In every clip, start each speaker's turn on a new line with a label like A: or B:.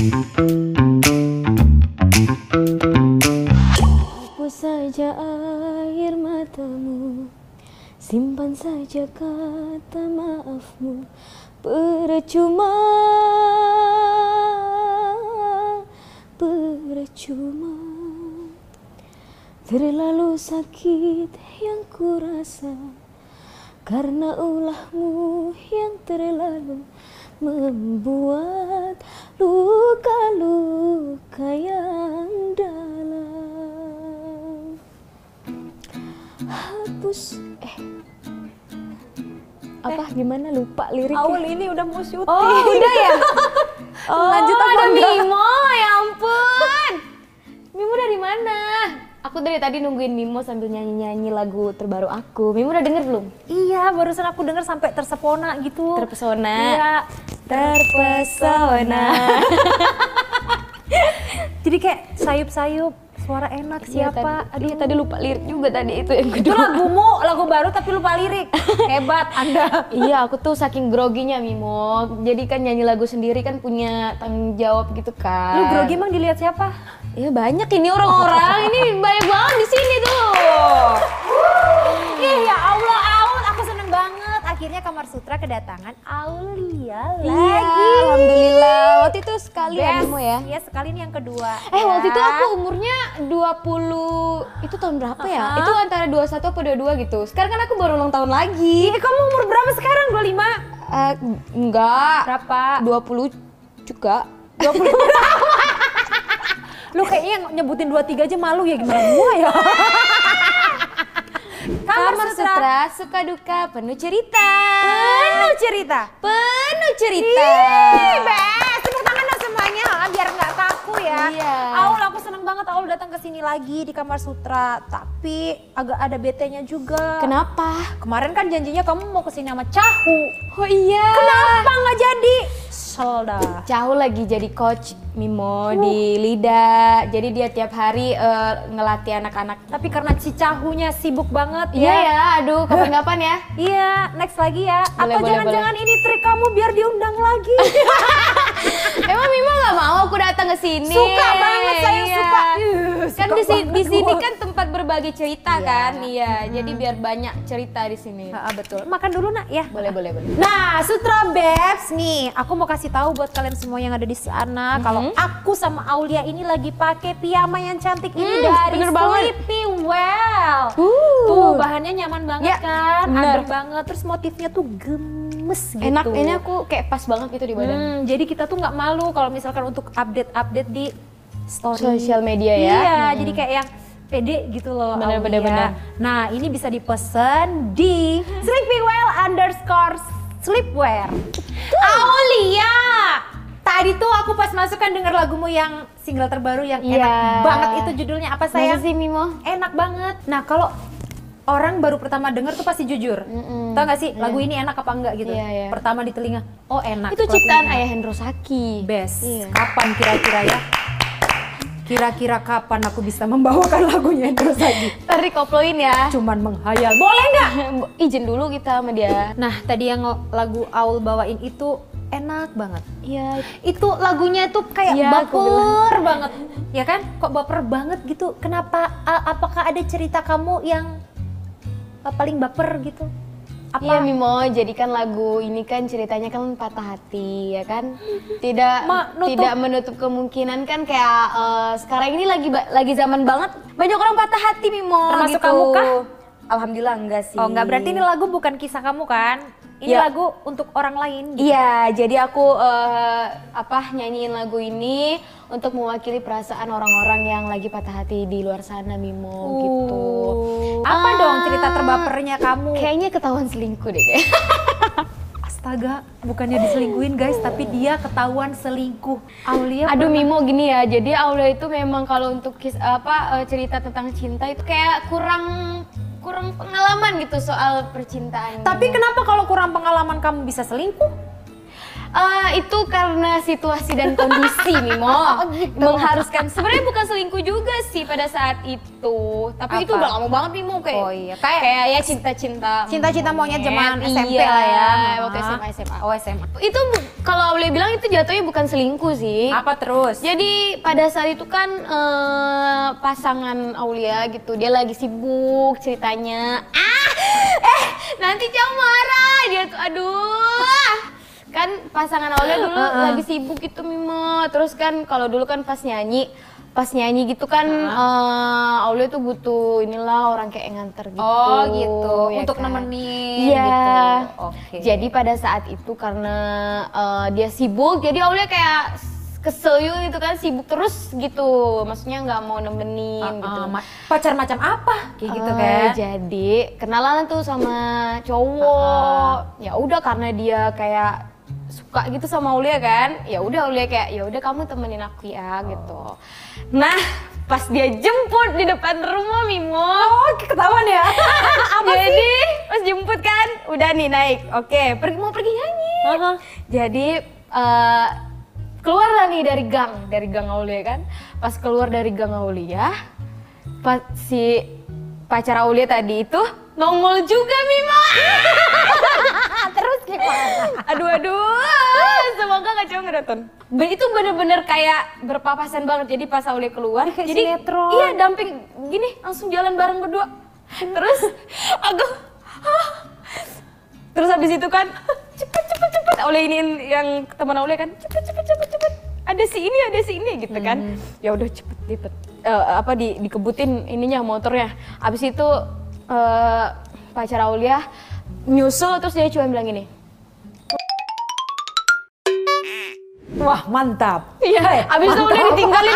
A: Hapus saja air matamu, simpan saja kata maafmu. Percuma, percuma. Terlalu sakit yang kurasa, karena ulahmu yang terlalu membuat luka-luka yang dalam. Hapus, apa gimana lupa liriknya?
B: Aul ini udah mau syuting.
A: Oh udah ya? Oh,
B: Lanjut apa
A: ada
B: enggak?
A: Mimo, ya ampun. Mimo dari mana? Aku dari tadi nungguin Mimo sambil nyanyi-nyanyi lagu terbaru aku. Mimo udah denger belum?
B: Iya, barusan aku denger sampai tersepona gitu.
A: Terpesona.
B: Iya,
A: Terpesona.
B: Jadi kayak sayup-sayup, suara enak siapa?
A: Aduh, tadi lupa lirik juga tadi itu yang
B: Itu
A: kedua.
B: lagumu, lagu baru tapi lupa lirik. Hebat Anda.
A: Iya, aku tuh saking groginya Mimo. Jadi kan nyanyi lagu sendiri kan punya tanggung jawab gitu kan.
B: Lu grogi emang dilihat siapa?
A: Iya banyak ini orang-orang. Ini banyak banget di sini tuh.
B: Ih, ya Allah, Aul, aku seneng banget. Akhirnya Kamar Sutra kedatangan Aulia lagi.
A: Iya, alhamdulillah. Waktu itu sekali ya
B: Best.
A: Mimo ya.
B: Iya, sekali ini yang kedua.
A: Waktu itu
B: Ya.
A: aku umurnya 20, itu tahun berapa ya?
B: Aha.
A: Itu antara 21 atau 22 gitu. Sekarang kan aku baru ulang tahun lagi.
B: Ih, kamu umur berapa sekarang? 25?
A: Enggak.
B: Berapa?
A: 20 juga.
B: 20 berapa? Lu kayaknya nyebutin 23 aja malu ya, gimana gua ya?
A: Kamar Sutra, suka duka, penuh cerita.
B: Penuh cerita.
A: Penuh cerita.
B: Ih, Bes, tepuk tangan dong semuanya, biar nggak kaku ya.
A: Iya.
B: Aul, aku seneng banget Aul datang ke sini lagi di Kamar Sutra. Tapi agak ada bete-nya juga.
A: Kenapa?
B: Kemarin kan janjinya kamu mau kesini sama Cahu.
A: Oh iya.
B: Kenapa nggak jadi? Kesel dah.
A: Cahu lagi jadi coach Mimo di Lida. Jadi dia tiap hari ngelatih anak-anak.
B: Tapi karena si Cahunya sibuk banget
A: Iya ya, aduh kapan-kapan ya.
B: Iya, next lagi ya.
A: Boleh,
B: Atau
A: boleh,
B: jangan-jangan ini trik kamu biar diundang lagi.
A: Emang Mimo nggak mau aku datang ke sini?
B: Suka banget saya
A: Iya.
B: suka.
A: Kan
B: Suka
A: di
B: banget
A: sini
B: gua.
A: kan tempat berbagi cerita
B: Iya.
A: kan. Iya, jadi biar banyak cerita di sini.
B: Betul. Makan dulu nak ya.
A: Boleh, boleh, boleh.
B: Nah, Sutra Babes nih, aku mau kasih tahu buat kalian semua yang ada di sana kalau aku sama Aulia ini lagi pakai piyama yang cantik ini dari
A: bener banget.
B: Sleepy Well. Tuh, bahannya nyaman banget
A: Ya,
B: kan,
A: bener.
B: adem banget. Terus motifnya tuh gemes gitu.
A: Enak, ini aku kayak pas banget gitu di badan.
B: Jadi kita tuh nggak malu kalau misalkan untuk update-update di story.
A: Sosial media ya.
B: Iya, jadi kayak yang pede gitu loh.
A: Bener,
B: Aulia.
A: bener, bener.
B: Nah, ini bisa dipesen di sleepywell_sleepwear. Aulia, tadi tuh aku pas masuk kan denger lagumu yang single terbaru yang
A: Iya.
B: enak banget, itu judulnya apa sayang?
A: Masa sih Mimo?
B: Enak banget. Nah, kalau orang baru pertama denger tuh pasti jujur. Tau gak sih lagu ini enak apa enggak gitu?
A: Iya, iya.
B: Pertama di telinga, oh enak.
A: Itu ciptaan
B: lagunya.
A: Ayah Hendro Saki.
B: Best.
A: Iya.
B: Kapan kira-kira ya? Kira-kira kapan aku bisa membawakan lagunya terus lagi?
A: Ntar dikoploin ya.
B: Cuman menghayal. Boleh nggak?
A: Izin dulu kita sama dia.
B: Nah, tadi yang lagu Aul bawain itu enak banget.
A: Iya.
B: Itu lagunya tuh kayak
A: Iya, aku
B: baper banget. Ya kan? Kok baper banget gitu? Kenapa? Apakah ada cerita kamu yang paling baper gitu? Apa?
A: Iya Mimo, jadi kan lagu ini kan ceritanya kan patah hati ya kan, tidak menutup kemungkinan kan kayak sekarang ini lagi zaman banget banyak orang patah hati Mimo.
B: Termasuk
A: gitu.
B: kamu kah?
A: Alhamdulillah enggak sih.
B: Oh enggak, berarti ini lagu bukan kisah kamu kan? Ini
A: Ya.
B: lagu untuk orang lain gitu.
A: Iya, jadi aku nyanyiin lagu ini untuk mewakili perasaan orang-orang yang lagi patah hati di luar sana Mimo gitu.
B: Apa dong cerita terbapernya kamu?
A: Kayaknya ketahuan selingkuh deh kayak.
B: Astaga, bukannya diselingkuhin guys, tapi dia ketahuan selingkuh. Aulia
A: Aduh
B: pernah-
A: Mimo gini ya, jadi Aulia itu memang kalau untuk cerita tentang cinta itu kayak kurang pengalaman gitu soal percintaan.
B: Tapi kenapa kalau kurang pengalaman kamu bisa selingkuh?
A: Itu karena situasi dan kondisi Mimo
B: gitu.
A: mengharuskan. Sebenarnya bukan selingkuh juga sih pada saat itu, tapi itu
B: Apa?
A: udah lama banget Mimo kayak.
B: Oh iya, kayak
A: ya cinta
B: monyet zaman SMP
A: iya,
B: lah ya.
A: waktu SMA.
B: Oh SMA.
A: Itu kalau boleh bilang itu jatuhnya bukan selingkuh sih.
B: Apa terus?
A: Jadi pada saat itu kan pasangan Aulia gitu, dia lagi sibuk ceritanya. Nanti Cang marah dia tuh, aduh. Kan pasangan Aulia dulu lagi sibuk gitu Mimo. Terus kan kalau dulu kan pas nyanyi gitu kan Aulia tuh butuh inilah orang kayak nganter gitu.
B: Oh gitu,
A: ya
B: untuk
A: kan?
B: nemenin
A: Iya.
B: gitu. Oke.
A: Jadi pada saat itu karena dia sibuk, jadi Aulia kayak kesel gitu kan, sibuk terus gitu. Maksudnya nggak mau nemenin gitu.
B: Pacar macam apa? Kayak gitu kan.
A: Jadi kenalan tuh sama cowok. Ya udah karena dia kayak suka gitu sama Aulia kan. Ya udah Aulia kayak ya udah kamu temenin aku ya gitu. Nah, pas dia jemput di depan rumah Mimo.
B: Oh, ketahuan ya?
A: Jadi pas jemput kan, udah nih naik. Oke, mau pergi nyanyi. Jadi keluar lah nih dari gang Aulia kan. Pas keluar dari gang Aulia, pas si pacar Aulia tadi itu nongol juga Mimo.
B: Terus gimana?
A: Aduh, semoga gak cuma nonton. Itu bener-bener kayak berpapasan banget. Jadi pas Aulia keluar,
B: kayak
A: jadi
B: sinetron.
A: iya damping gini, langsung jalan bareng berdua. Terus aku, terus habis itu kan cepet. Aulia ini yang teman Aulia kan cepet. Ada si ini gitu kan. Ya udah cepet. Dikebutin ininya motornya. Habis itu pacar Aulia nyusul terus dia cuma bilang gini.
B: Wah mantap.
A: Iya. Abis itu Aulia ditinggalin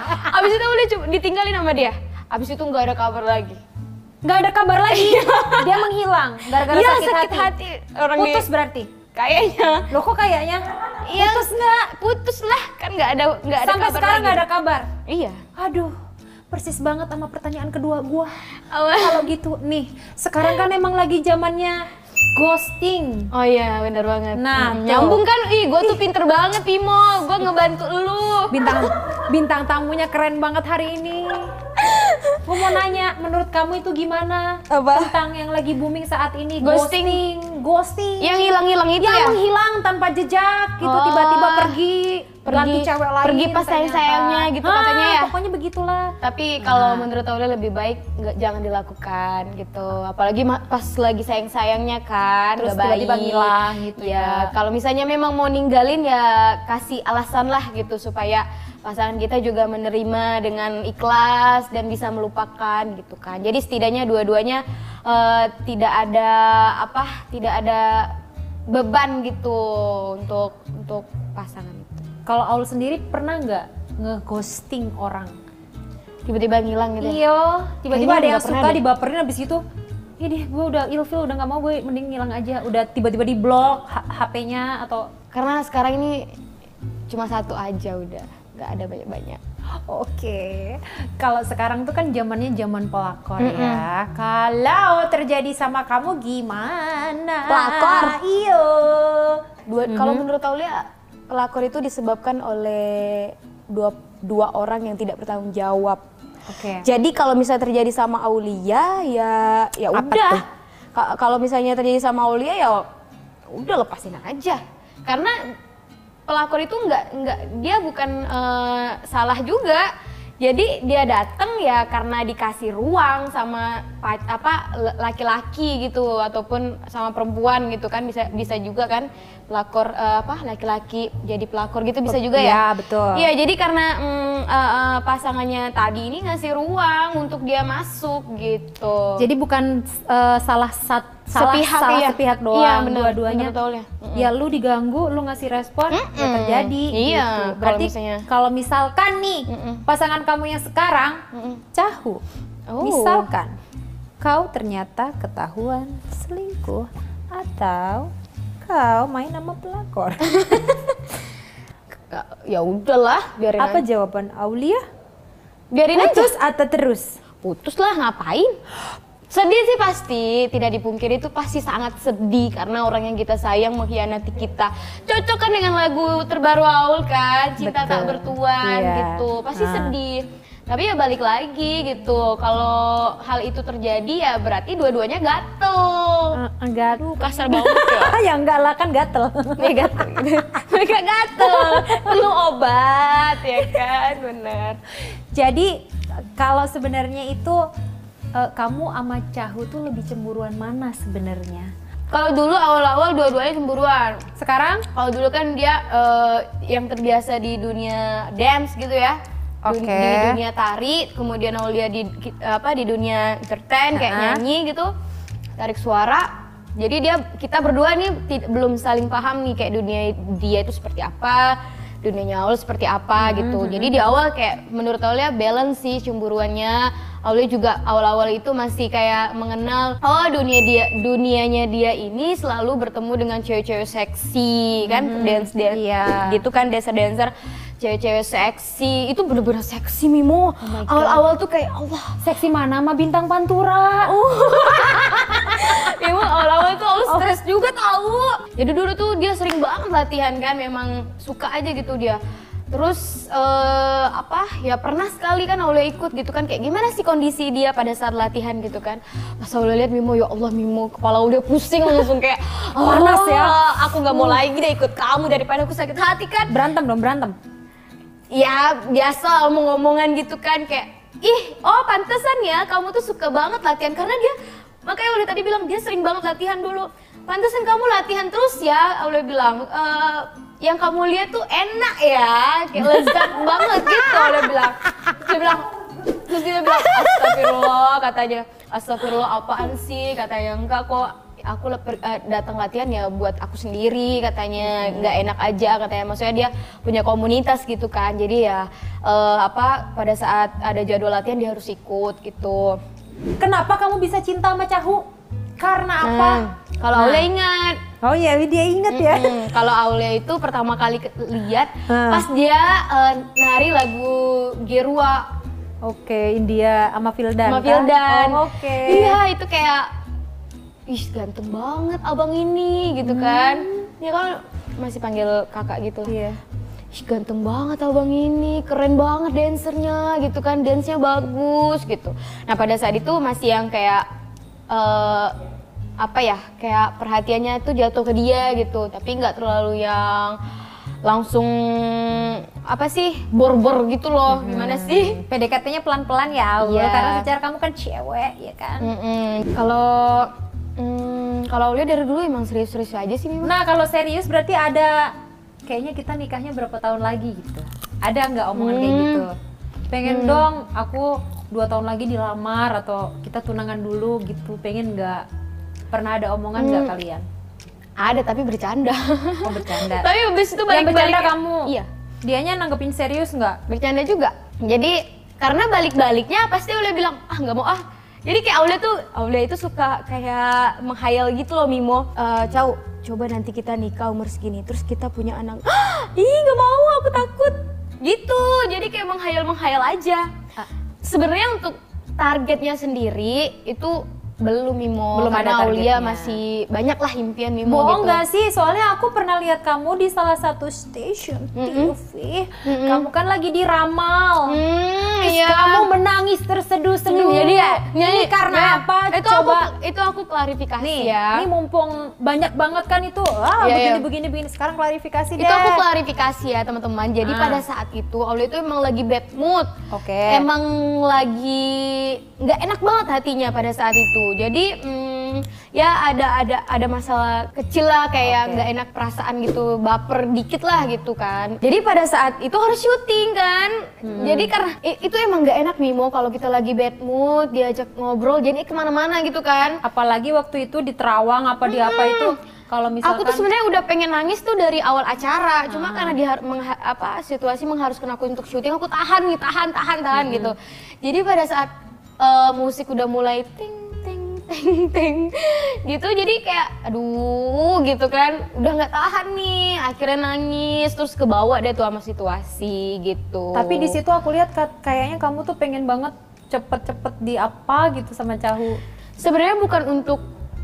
A: sama dia. Abis itu nggak ada kabar lagi.
B: Nggak ada kabar lagi. Dia menghilang gara-gara
A: Iya,
B: sakit hati. Putus berarti.
A: Kayaknya.
B: Loh kok kayaknya?
A: Iya, putus lah kan nggak ada
B: Sampai
A: kabar
B: sekarang
A: lagi.
B: nggak ada kabar.
A: Iya.
B: Aduh, persis banget sama pertanyaan kedua gua.
A: Apa?
B: Kalau gitu nih, sekarang kan emang lagi zamannya ghosting.
A: Oh iya, benar banget.
B: Nah,
A: nyambung kan? Gue tuh pinter banget Pimo. Gue ngebantu lu.
B: Bintang tamunya keren banget hari ini. Gue mau nanya, menurut kamu itu gimana?
A: Apa?
B: Tentang yang lagi booming saat ini,
A: Ghosting.
B: ghosting.
A: Yang hilang-hilang itu
B: yang
A: ya?
B: menghilang tanpa jejak gitu, tiba-tiba pergi ganti cewek lain.
A: Pergi pas sayang-sayangnya gitu katanya ya.
B: Pokoknya begitulah.
A: Tapi kalau menurut Aulia lebih baik jangan dilakukan gitu. Apalagi pas lagi sayang-sayangnya kan,
B: Terus
A: nggak
B: tiba-tiba
A: baik.
B: ngilang gitu ya.
A: Kalau misalnya memang mau ninggalin ya kasih alasan lah gitu supaya pasangan kita juga menerima dengan ikhlas dan bisa melupakan gitu kan. Jadi setidaknya dua-duanya tidak ada beban gitu untuk pasangan itu.
B: Kalau Aul sendiri pernah nggak nge-ghosting orang?
A: Tiba-tiba ngilang gitu.
B: Iya, tiba-tiba
A: Kayaknya
B: ada yang
A: nggak pernah
B: suka
A: deh.
B: dibaperin habis itu. Ini gue udah ilfil, udah nggak mau, gue mending ngilang aja. Udah tiba-tiba di blok HP-nya atau
A: Karena sekarang ini cuma satu aja udah, nggak ada banyak-banyak.
B: Oke. Kalau sekarang tuh kan zamannya zaman pelakor ya. Kalau terjadi sama kamu gimana?
A: Pelakor?
B: Iyo.
A: Kalau menurut Aulia, pelakor itu disebabkan oleh dua orang yang tidak bertanggung jawab.
B: Oke.
A: Jadi kalau misalnya terjadi sama Aulia ya
B: Apa
A: udah.
B: tuh?
A: Kalau misalnya terjadi sama Aulia ya udah lepasin aja. Karena pelakor itu nggak dia bukan salah juga. Jadi dia datang ya karena dikasih ruang sama laki-laki gitu ataupun sama perempuan gitu kan, bisa juga kan pelakor laki-laki jadi pelakor gitu bisa juga ya.
B: Iya, betul.
A: Iya, jadi karena pasangannya tadi ini ngasih ruang untuk dia masuk gitu.
B: Jadi bukan salah sepihak doang,
A: iya, bener,
B: dua-duanya.
A: menurut Aulia.
B: Ya lu diganggu, lu ngasih respon, ya terjadi.
A: Iya,
B: gitu. Berarti kalau misalkan nih pasangan kamu yang sekarang cahu, misalkan kau ternyata ketahuan selingkuh atau kau main sama pelakor,
A: ya udahlah, biarin
B: apa
A: aja.
B: jawaban Aulia?
A: Biarin aja.
B: Putus atau terus?
A: Putus lah, ngapain? Sedih sih pasti, tidak dipungkiri itu pasti sangat sedih karena orang yang kita sayang mengkhianati kita. Cocok kan dengan lagu terbaru Aul kan, Cinta Tak Bertuan gitu. Pasti sedih. Tapi ya balik lagi gitu, kalau hal itu terjadi ya berarti dua-duanya gatel.
B: Enggak.
A: Kasar banget ya.
B: Ya enggak lah, kan gatel.
A: Nih gatel gitu. Mereka gatel, perlu obat ya kan, bener.
B: Jadi kalau sebenarnya itu kamu sama Cahu tuh lebih cemburuan mana sebenarnya?
A: Kalau dulu awal-awal dua-duanya cemburuan.
B: Sekarang?
A: Kalau dulu kan dia yang terbiasa di dunia dance gitu ya. Di dunia tari, kemudian Aulia di dunia entertain kayak nyanyi gitu, tarik suara. Jadi kita berdua nih belum saling paham nih kayak dunia dia itu seperti apa, dunianya Aul seperti apa gitu. Jadi di awal kayak menurut Aulia balance sih cemburuannya. Aulia juga awal-awal itu masih kayak mengenal dunianya dia ini selalu bertemu dengan cewek-cewek seksi kan, dance gitu kan, dancer cewek-cewek seksi, itu bener-bener seksi Mimo. Awal-awal tuh kayak Allah,
B: seksi mana sama bintang Pantura.
A: Mimo awal-awal tuh aku stres juga tahu. Jadi dulu tuh dia sering banget latihan kan, memang suka aja gitu dia. Terus ya pernah sekali kan Aulia ikut gitu kan, kayak gimana sih kondisi dia pada saat latihan gitu kan. Pas Aulia lihat Mimo, ya Allah Mimo, kepala Aulia pusing langsung kayak
B: panas ya.
A: Aku nggak mau lagi deh ikut kamu daripada aku sakit hati kan.
B: Berantem dong, berantem.
A: Ya biasa omong-omongan gitu kan, kayak pantesan ya kamu tuh suka banget latihan karena dia, makanya Aulia tadi bilang dia sering banget latihan dulu. Pantesan kamu latihan terus ya, Aulia bilang. Yang kamu lihat tuh enak ya, kayak lezat banget gitu, Aulia bilang. Terus dia bilang, astagfirullah katanya, astagfirullah apaan sih katanya, enggak kok aku datang latihan ya buat aku sendiri katanya, nggak enak aja katanya, maksudnya dia punya komunitas gitu kan, jadi ya pada saat ada jadwal latihan dia harus ikut gitu.
B: Kenapa kamu bisa cinta sama Cahu? Karena apa?
A: Kalau Aulia ingat.
B: Oh iya, dia ingat ya.
A: Kalau Aulia itu pertama kali lihat pas dia nari lagu Gerua.
B: Oke, India sama Vildan.
A: Sama Vildan.
B: Oh, oke.
A: Iya, itu kayak ih ganteng banget abang ini gitu kan. Dia kan masih panggil kakak gitu.
B: Iya.
A: Ih ganteng banget abang ini, keren banget dancernya gitu kan, dance-nya bagus gitu. Nah pada saat itu masih yang kayak kayak perhatiannya tuh jatuh ke dia gitu, tapi nggak terlalu yang langsung bor-bor gitu loh. Gimana sih?
B: PDKT-nya pelan-pelan ya, karena secara kamu kan cewek ya kan.
A: Kalau Aulia dari dulu emang serius-serius aja sih Mima.
B: Nah kalau serius berarti ada, kayaknya kita nikahnya berapa tahun lagi gitu? Ada nggak omongan kayak gitu? Pengen dong aku 2 tahun lagi dilamar atau kita tunangan dulu gitu, pengen nggak? Pernah ada omongan nggak kalian?
A: Ada, tapi bercanda.
B: Oh bercanda.
A: Tapi abis itu
B: yang bercanda kamu?
A: Iya.
B: Dianya nanggepin serius nggak?
A: Bercanda juga. Jadi karena balik-baliknya pasti Aulia bilang nggak mau Jadi kayak Aulia itu suka kayak menghayal gitu loh Mimo. Cau, coba nanti kita nikah umur segini, terus kita punya anak. Ih nggak mau, aku takut. Gitu. Jadi kayak menghayal aja. Sebenarnya untuk targetnya sendiri itu belum Mimo,
B: belum
A: karena
B: ada
A: Aulia masih banyak lah impian Mimo.
B: Bohong
A: gitu.
B: Nggak sih? Soalnya aku pernah lihat kamu di salah satu stasiun TV. Kamu kan lagi diramal.
A: Iya.
B: Kamu menangis terseduh-seduh.
A: Jadi ya,
B: ini karena apa?
A: Itu aku klarifikasi
B: nih,
A: ya.
B: Ini mumpung banyak banget kan itu. Begini. Sekarang klarifikasi deh.
A: Itu aku klarifikasi ya teman-teman. Jadi pada saat itu Aulia itu emang lagi bad mood. Emang lagi nggak enak banget hatinya pada saat itu. Jadi ya ada masalah kecil lah, kayak nggak enak perasaan gitu, baper dikit lah gitu kan. Jadi pada saat itu harus syuting kan. Jadi karena itu emang nggak enak Mimo kalau kita lagi bad mood diajak ngobrol, jadi kemana-mana gitu kan.
B: Apalagi waktu itu di Terawang apa di apa itu. Kalau misalkan
A: aku tuh sebenarnya udah pengen nangis tuh dari awal acara, cuma karena situasi mengharuskan aku untuk syuting, aku tahan gitu. Jadi pada saat musik udah mulai ting gitu, jadi kayak aduh gitu kan, udah nggak tahan nih, akhirnya nangis, terus kebawa deh tuh sama situasi gitu.
B: Tapi di situ aku lihat kayaknya kamu tuh pengen banget cepet-cepet di apa gitu sama Cahu.
A: Sebenarnya bukan untuk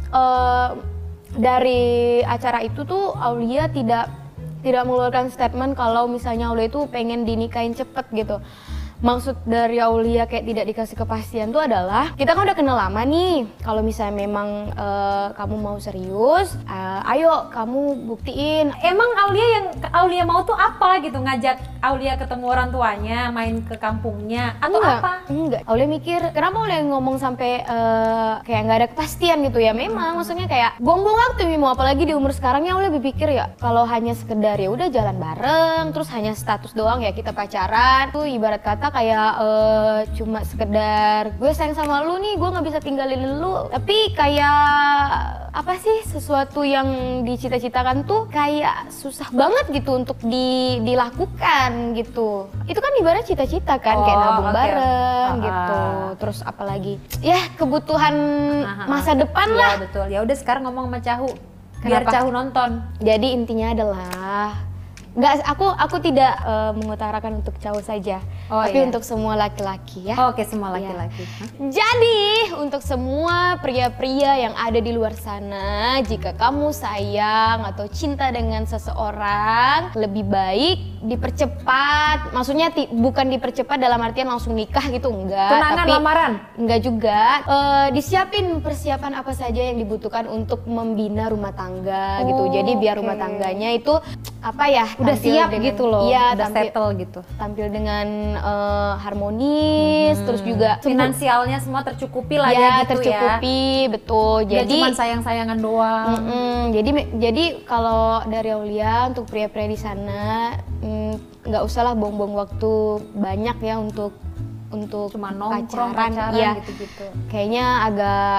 A: dari acara itu tuh Aulia tidak mengeluarkan statement kalau misalnya Aulia itu pengen dinikahin cepet gitu. Maksud dari Aulia kayak tidak dikasih kepastian tuh adalah kita kan udah kenal lama nih. Kalau misalnya memang kamu mau serius, ayo kamu buktiin.
B: Emang yang Aulia mau tuh apa gitu? Ngajak Aulia ketemu orang tuanya, main ke kampungnya atau apa?
A: Enggak. Aulia mikir, kenapa Aulia ngomong sampai kayak nggak ada kepastian gitu ya? Memang maksudnya kayak buang-buang waktu Mimo, apalagi di umur sekarangnya Aulia berpikir ya kalau hanya sekedar ya udah jalan bareng, terus hanya status doang ya kita pacaran. Tuh ibarat kata kayak cuma sekedar gue sayang sama lu nih, gue nggak bisa tinggalin lu. Tapi kayak apa sih, sesuatu yang dicita-citakan tuh kayak susah banget gitu untuk dilakukan gitu. Itu kan ibarat cita-cita kan, kayak nabung bareng gitu. Terus apalagi ya kebutuhan masa depan lah.
B: Ya betul. Ya udah sekarang ngomong sama Cahu. Biar Cahu nonton.
A: Jadi intinya adalah nggak, aku tidak mengutarakan untuk cowok saja, tapi untuk semua laki-laki ya.
B: Oke, semua laki-laki.
A: Jadi untuk semua pria-pria yang ada di luar sana, jika kamu sayang atau cinta dengan seseorang, lebih baik dipercepat. Maksudnya bukan dipercepat dalam artian langsung nikah gitu, enggak.
B: Tunangan,
A: tapi
B: lamaran?
A: Enggak juga. Disiapin persiapan apa saja yang dibutuhkan untuk membina rumah tangga gitu. Jadi biar rumah tangganya itu apa ya,
B: udah siap dengan, gitu loh,
A: ya,
B: udah settle gitu.
A: Tampil dengan harmonis, terus juga
B: finansialnya semua tercukupi lah ya gitu
A: tercukupi, betul.
B: Jadi cuma sayang-sayangan doang.
A: Jadi kalau dari Aulia untuk pria-pria di sana nggak usahlah buang-buang waktu banyak ya untuk
B: cuma nongkrong pacaran
A: ya,
B: gitu-gitu.
A: Kayaknya agak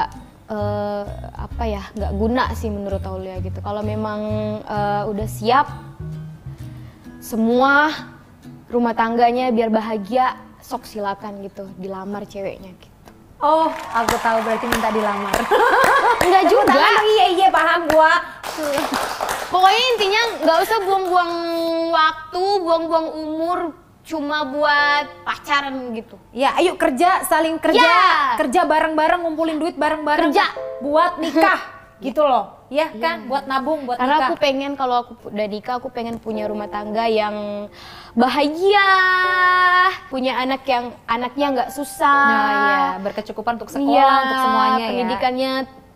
A: apa ya, nggak guna sih menurut Aulia gitu. Kalau memang udah siap semua rumah tangganya biar bahagia, sok silakan gitu dilamar ceweknya gitu.
B: Oh, aku tahu berarti minta dilamar.
A: Enggak juga.
B: Iya paham gua.
A: Pokoknya intinya nggak usah buang-buang waktu, buang-buang umur cuma buat pacaran gitu.
B: Ya, ayo kerja, saling kerja, kerja bareng-bareng, ngumpulin duit bareng-bareng.
A: Kerja
B: buat nikah. Gitu loh, ya kan, buat nabung, buat
A: karena
B: nikah.
A: Aku pengen kalau aku udah nikah, aku pengen punya rumah tangga yang bahagia, punya anak yang anaknya nggak susah.
B: Nah ya, berkecukupan untuk sekolah, untuk semuanya
A: pendidikannya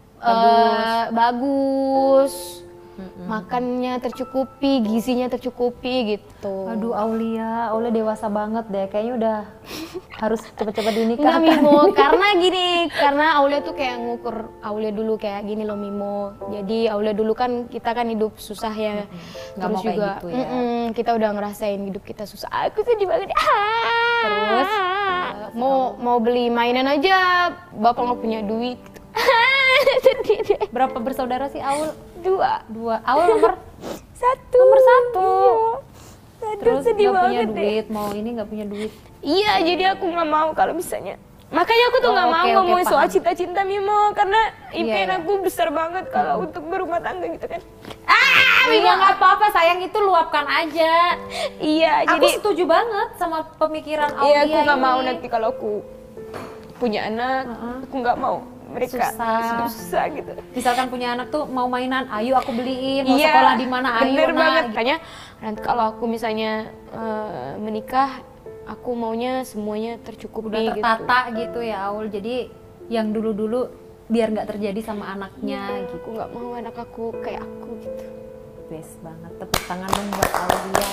A: bagus. Makannya tercukupi, gizinya tercukupi gitu.
B: Aduh Aulia dewasa banget deh, kayaknya udah harus cepet-cepet
A: Enggak
B: dinikahkan.
A: Mimo, karena Aulia tuh kayak ngukur Aulia dulu kayak gini loh Mimo. Jadi Aulia dulu kan kita kan hidup susah ya,
B: nggak
A: terus
B: mau kayak
A: juga
B: gitu ya.
A: Kita udah ngerasain hidup kita susah. Aku sedih banget. Terus mau beli mainan aja, bapak nggak punya duit. Sedih deh.
B: Berapa bersaudara sih Aul?
A: Dua.
B: Aul nomor
A: satu.
B: Nomor 1.
A: Terus
B: sedih nggak punya duit, mau ini nggak punya duit.
A: Iya, jadi aku nggak mau kalau misalnya. Makanya aku tuh nggak mau ngomongin soal cinta-cinta Mimo, karena impian aku besar banget kalau untuk berumah tangga gitu kan.
B: Mimo nggak apa-apa, sayang itu luapkan aja.
A: Iya,
B: aku
A: jadi
B: setuju banget sama pemikiran Aulia.
A: Iya, aku nggak mau nanti kalau aku punya anak, aku nggak mau mereka susah gitu.
B: Misalkan punya anak tuh mau mainan, ayo aku beliin, mau sekolah di mana, ayo.
A: Bener banget. Makanya nanti kalau aku misalnya menikah, aku maunya semuanya tercukupi,
B: udah tertata gitu ya Aul. Jadi yang dulu-dulu biar nggak terjadi sama anaknya gitu.
A: Aku nggak mau anak aku kayak aku gitu.
B: Best banget, tepuk tangan dong buat Aulia.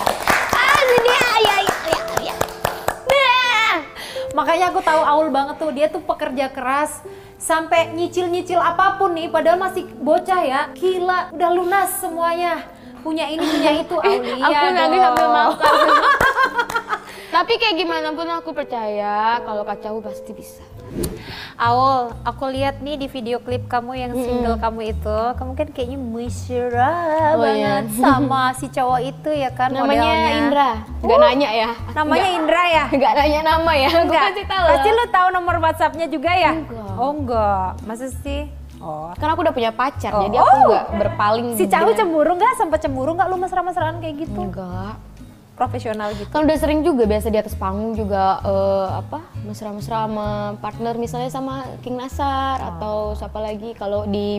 A: Ya.
B: Makanya aku tahu Aul banget tuh, dia tuh pekerja keras sampai nyicil-nyicil apapun nih, padahal masih bocah ya. Gila, udah lunas semuanya. Punya ini, punya itu, Aulia.
A: Aku nanti
B: dong.
A: sambil makan. Tapi kayak gimana pun aku percaya kalau Kacau pasti bisa.
B: Aul, aku lihat nih di video klip kamu yang single kamu itu, kamu kan kayaknya mesra banget sama si cowok itu ya kan,
A: namanya
B: modelnya.
A: Indra. Nggak nanya ya?
B: Namanya Indra ya?
A: Nggak nanya nama ya? Aku
B: Enggak.
A: pasti tahu.
B: Pasti lu tahu nomor WhatsApp-nya juga ya?
A: Enggak.
B: Oh enggak, masa sih? Oh.
A: Karena aku udah punya pacar, jadi aku nggak berpaling.
B: Si Cahu cemburu nggak? Sempet cemburu nggak lu mesra-mesraan kayak gitu?
A: Enggak.
B: profesional gitu?
A: Kan udah sering juga biasa di atas panggung juga mesra-mesra sama partner misalnya sama King Nasar atau siapa lagi. Kalau di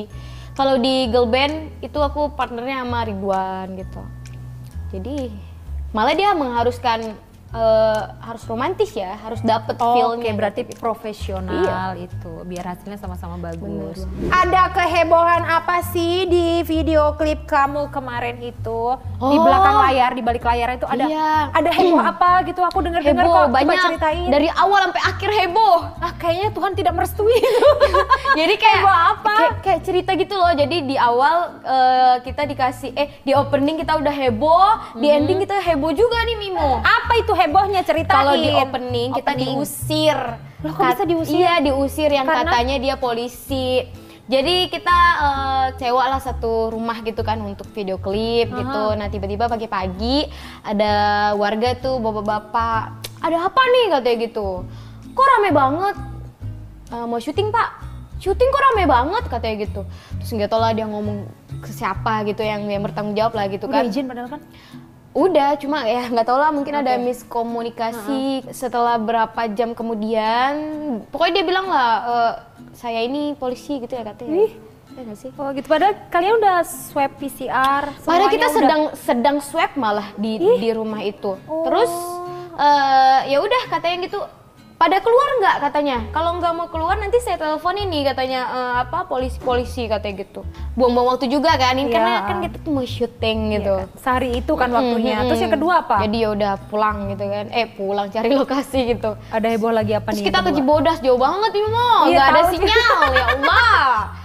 A: girl band itu aku partnernya sama Ridwan gitu. Jadi malah dia mengharuskan harus romantis ya, harus dapet feel-nya.
B: Oke, berarti
A: gitu.
B: profesional itu, biar hasilnya sama-sama bagus. Ada kehebohan apa sih di video klip kamu kemarin itu? Di belakang layar, di balik layar itu ada heboh apa gitu? Aku dengar-dengar kok,
A: banyak.
B: coba ceritain.
A: Dari awal sampai akhir heboh.
B: Kayaknya Tuhan tidak merestui itu.
A: Jadi kayak
B: heboh apa?
A: Kayak cerita gitu loh. Jadi di awal kita dikasih di opening kita udah heboh, di ending kita heboh juga nih Mimo.
B: Apa itu hebohnya, ceritain.
A: Kalau di opening kita diusir.
B: Loh, kok bisa diusir?
A: Iya, diusir yang katanya dia polisi. Jadi kita sewa lah satu rumah gitu kan untuk video klip gitu. Nah tiba-tiba pagi-pagi ada warga tuh bapak-bapak, ada apa nih katanya gitu. Kok rame banget? Mau syuting pak? Syuting kok rame banget katanya gitu. Terus nggak tau lah dia ngomong ke siapa gitu yang bertanggung jawab lah gitu kan.
B: Udah izin padahal kan?
A: Udah, cuma ya nggak tau lah mungkin ada miskomunikasi. Setelah berapa jam kemudian, pokoknya dia bilang lah, saya ini polisi gitu ya katanya. Ya nggak sih?
B: Oh gitu, padahal kalian udah swab PCR.
A: Padahal kita sedang swab malah di rumah itu. Terus ya udah katanya gitu. Pada keluar nggak katanya? Kalau nggak mau keluar nanti saya telepon ini katanya polisi katanya gitu. Buang-buang waktu juga kan, ini karena kan kita tuh mau syuting gitu.
B: Kan? Sehari itu kan waktunya. Terus yang kedua apa?
A: Jadi ya udah pulang gitu kan. Pulang cari lokasi gitu.
B: Ada heboh lagi apa
A: Terus
B: nih?
A: Kita ke Cibodas jauh banget nih Mo. Nggak ada sinyal ya Allah.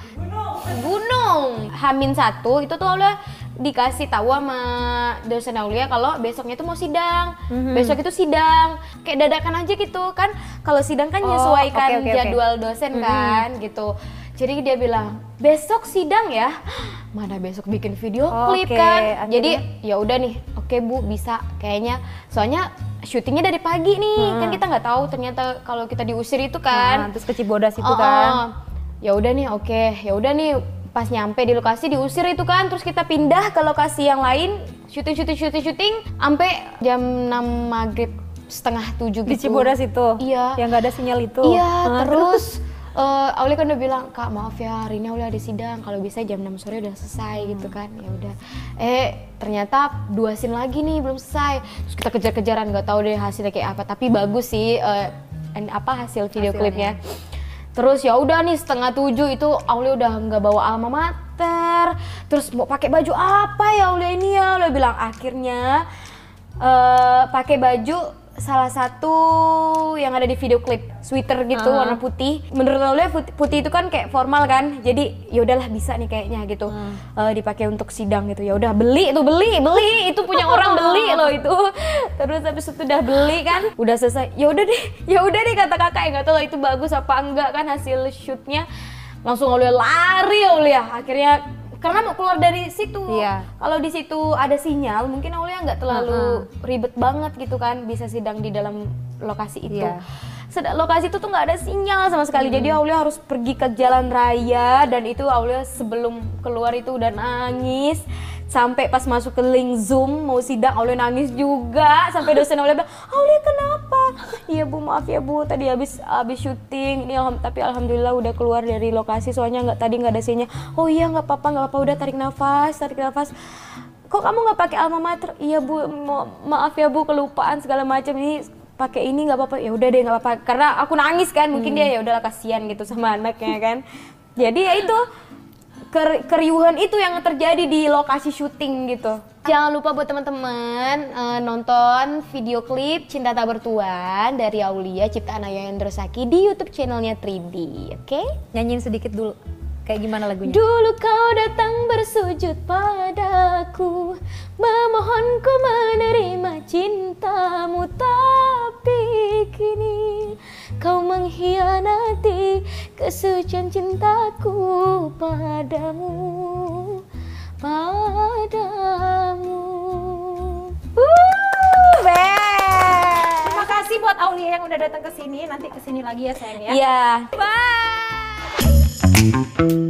A: Gunung. H-1 itu tuh udah dikasih tahu sama dosen Aulia kalau besoknya itu mau sidang. Besok itu sidang. Kayak dadakan aja gitu kan. Kalau sidang kan menyesuaikan jadwal dosen kan gitu. Jadi dia bilang, "Besok sidang ya." Mana besok bikin video klip kan. Jadi ya udah nih. Oke, Bu, bisa kayaknya. Soalnya syutingnya dari pagi nih. Kan kita nggak tahu ternyata kalau kita diusir itu kan.
B: Terus ke Cibodas itu kan.
A: Ya udah nih, oke. Ya udah nih. Pas nyampe di lokasi diusir itu kan, terus kita pindah ke lokasi yang lain, syuting sampai jam 6 maghrib setengah 7 gitu.
B: Di Cibodas itu?
A: Iya.
B: Yang nggak ada sinyal itu?
A: Iya, terus Aulia kan udah bilang, "Kak maaf ya hari ini Aulia ada sidang, kalau bisa jam 6 sore udah selesai gitu kan." Ya udah. Ternyata 2 scene lagi nih belum selesai. Terus kita kejar-kejaran, nggak tahu deh hasilnya kayak apa, tapi bagus sih hasil video klipnya. Terus ya udah nih setengah 7 itu Aulia udah nggak bawa alma mater. Terus mau pakai baju apa ya Aulia ini ya? Aulia bilang akhirnya pakai baju salah satu yang ada di video klip, sweater gitu warna putih. Menurut Aulia putih itu kan kayak formal kan. Jadi ya udahlah bisa nih kayaknya gitu. Dipakai untuk sidang gitu. Ya udah beli itu punya orang beli loh itu. Terus habis itu udah beli kan, udah selesai. Ya udah deh kata kakak, nggak tahu lah itu bagus apa enggak kan hasil shootnya. Langsung Aulia lari akhirnya karena mau keluar dari situ. Kalau di situ ada sinyal, mungkin Aulia nggak terlalu ribet banget gitu kan, bisa sidang di dalam lokasi itu. Lokasi itu tuh nggak ada sinyal sama sekali, jadi Aulia harus pergi ke jalan raya dan itu Aulia sebelum keluar itu udah nangis. Sampai pas masuk ke link Zoom mau sidang Aulia nangis juga, sampai dosen Aulia bilang, "Aulia kenapa?" "Iya Bu, maaf ya Bu, tadi habis syuting ini tapi alhamdulillah udah keluar dari lokasi soalnya tadi nggak ada sinyal." "Oh iya nggak apa-apa, udah tarik nafas. Kok kamu nggak pakai alma mater?" "Iya Bu, maaf ya Bu, kelupaan segala macam, ini pakai ini nggak apa-apa." "Ya udah deh nggak apa-apa," karena aku nangis kan, mungkin dia ya udahlah kasihan gitu sama anaknya kan. Jadi ya itu keriuhan itu yang terjadi di lokasi syuting gitu. Jangan lupa buat teman-teman nonton video klip Cinta Tak Bertuan dari Aulia ciptaan Ayah Hendrosaki di YouTube channelnya 3D, oke?
B: Nyanyiin sedikit dulu. Kayak gimana lagunya?
A: Dulu kau datang bersujud padaku, memohonku menerima cintamu, tapi kini kau mengkhianati kesucian cintaku padamu.
B: Terima kasih buat Aulia yang udah datang ke sini. Nanti ke sini lagi ya sayang ya.
A: Iya.
B: Bye.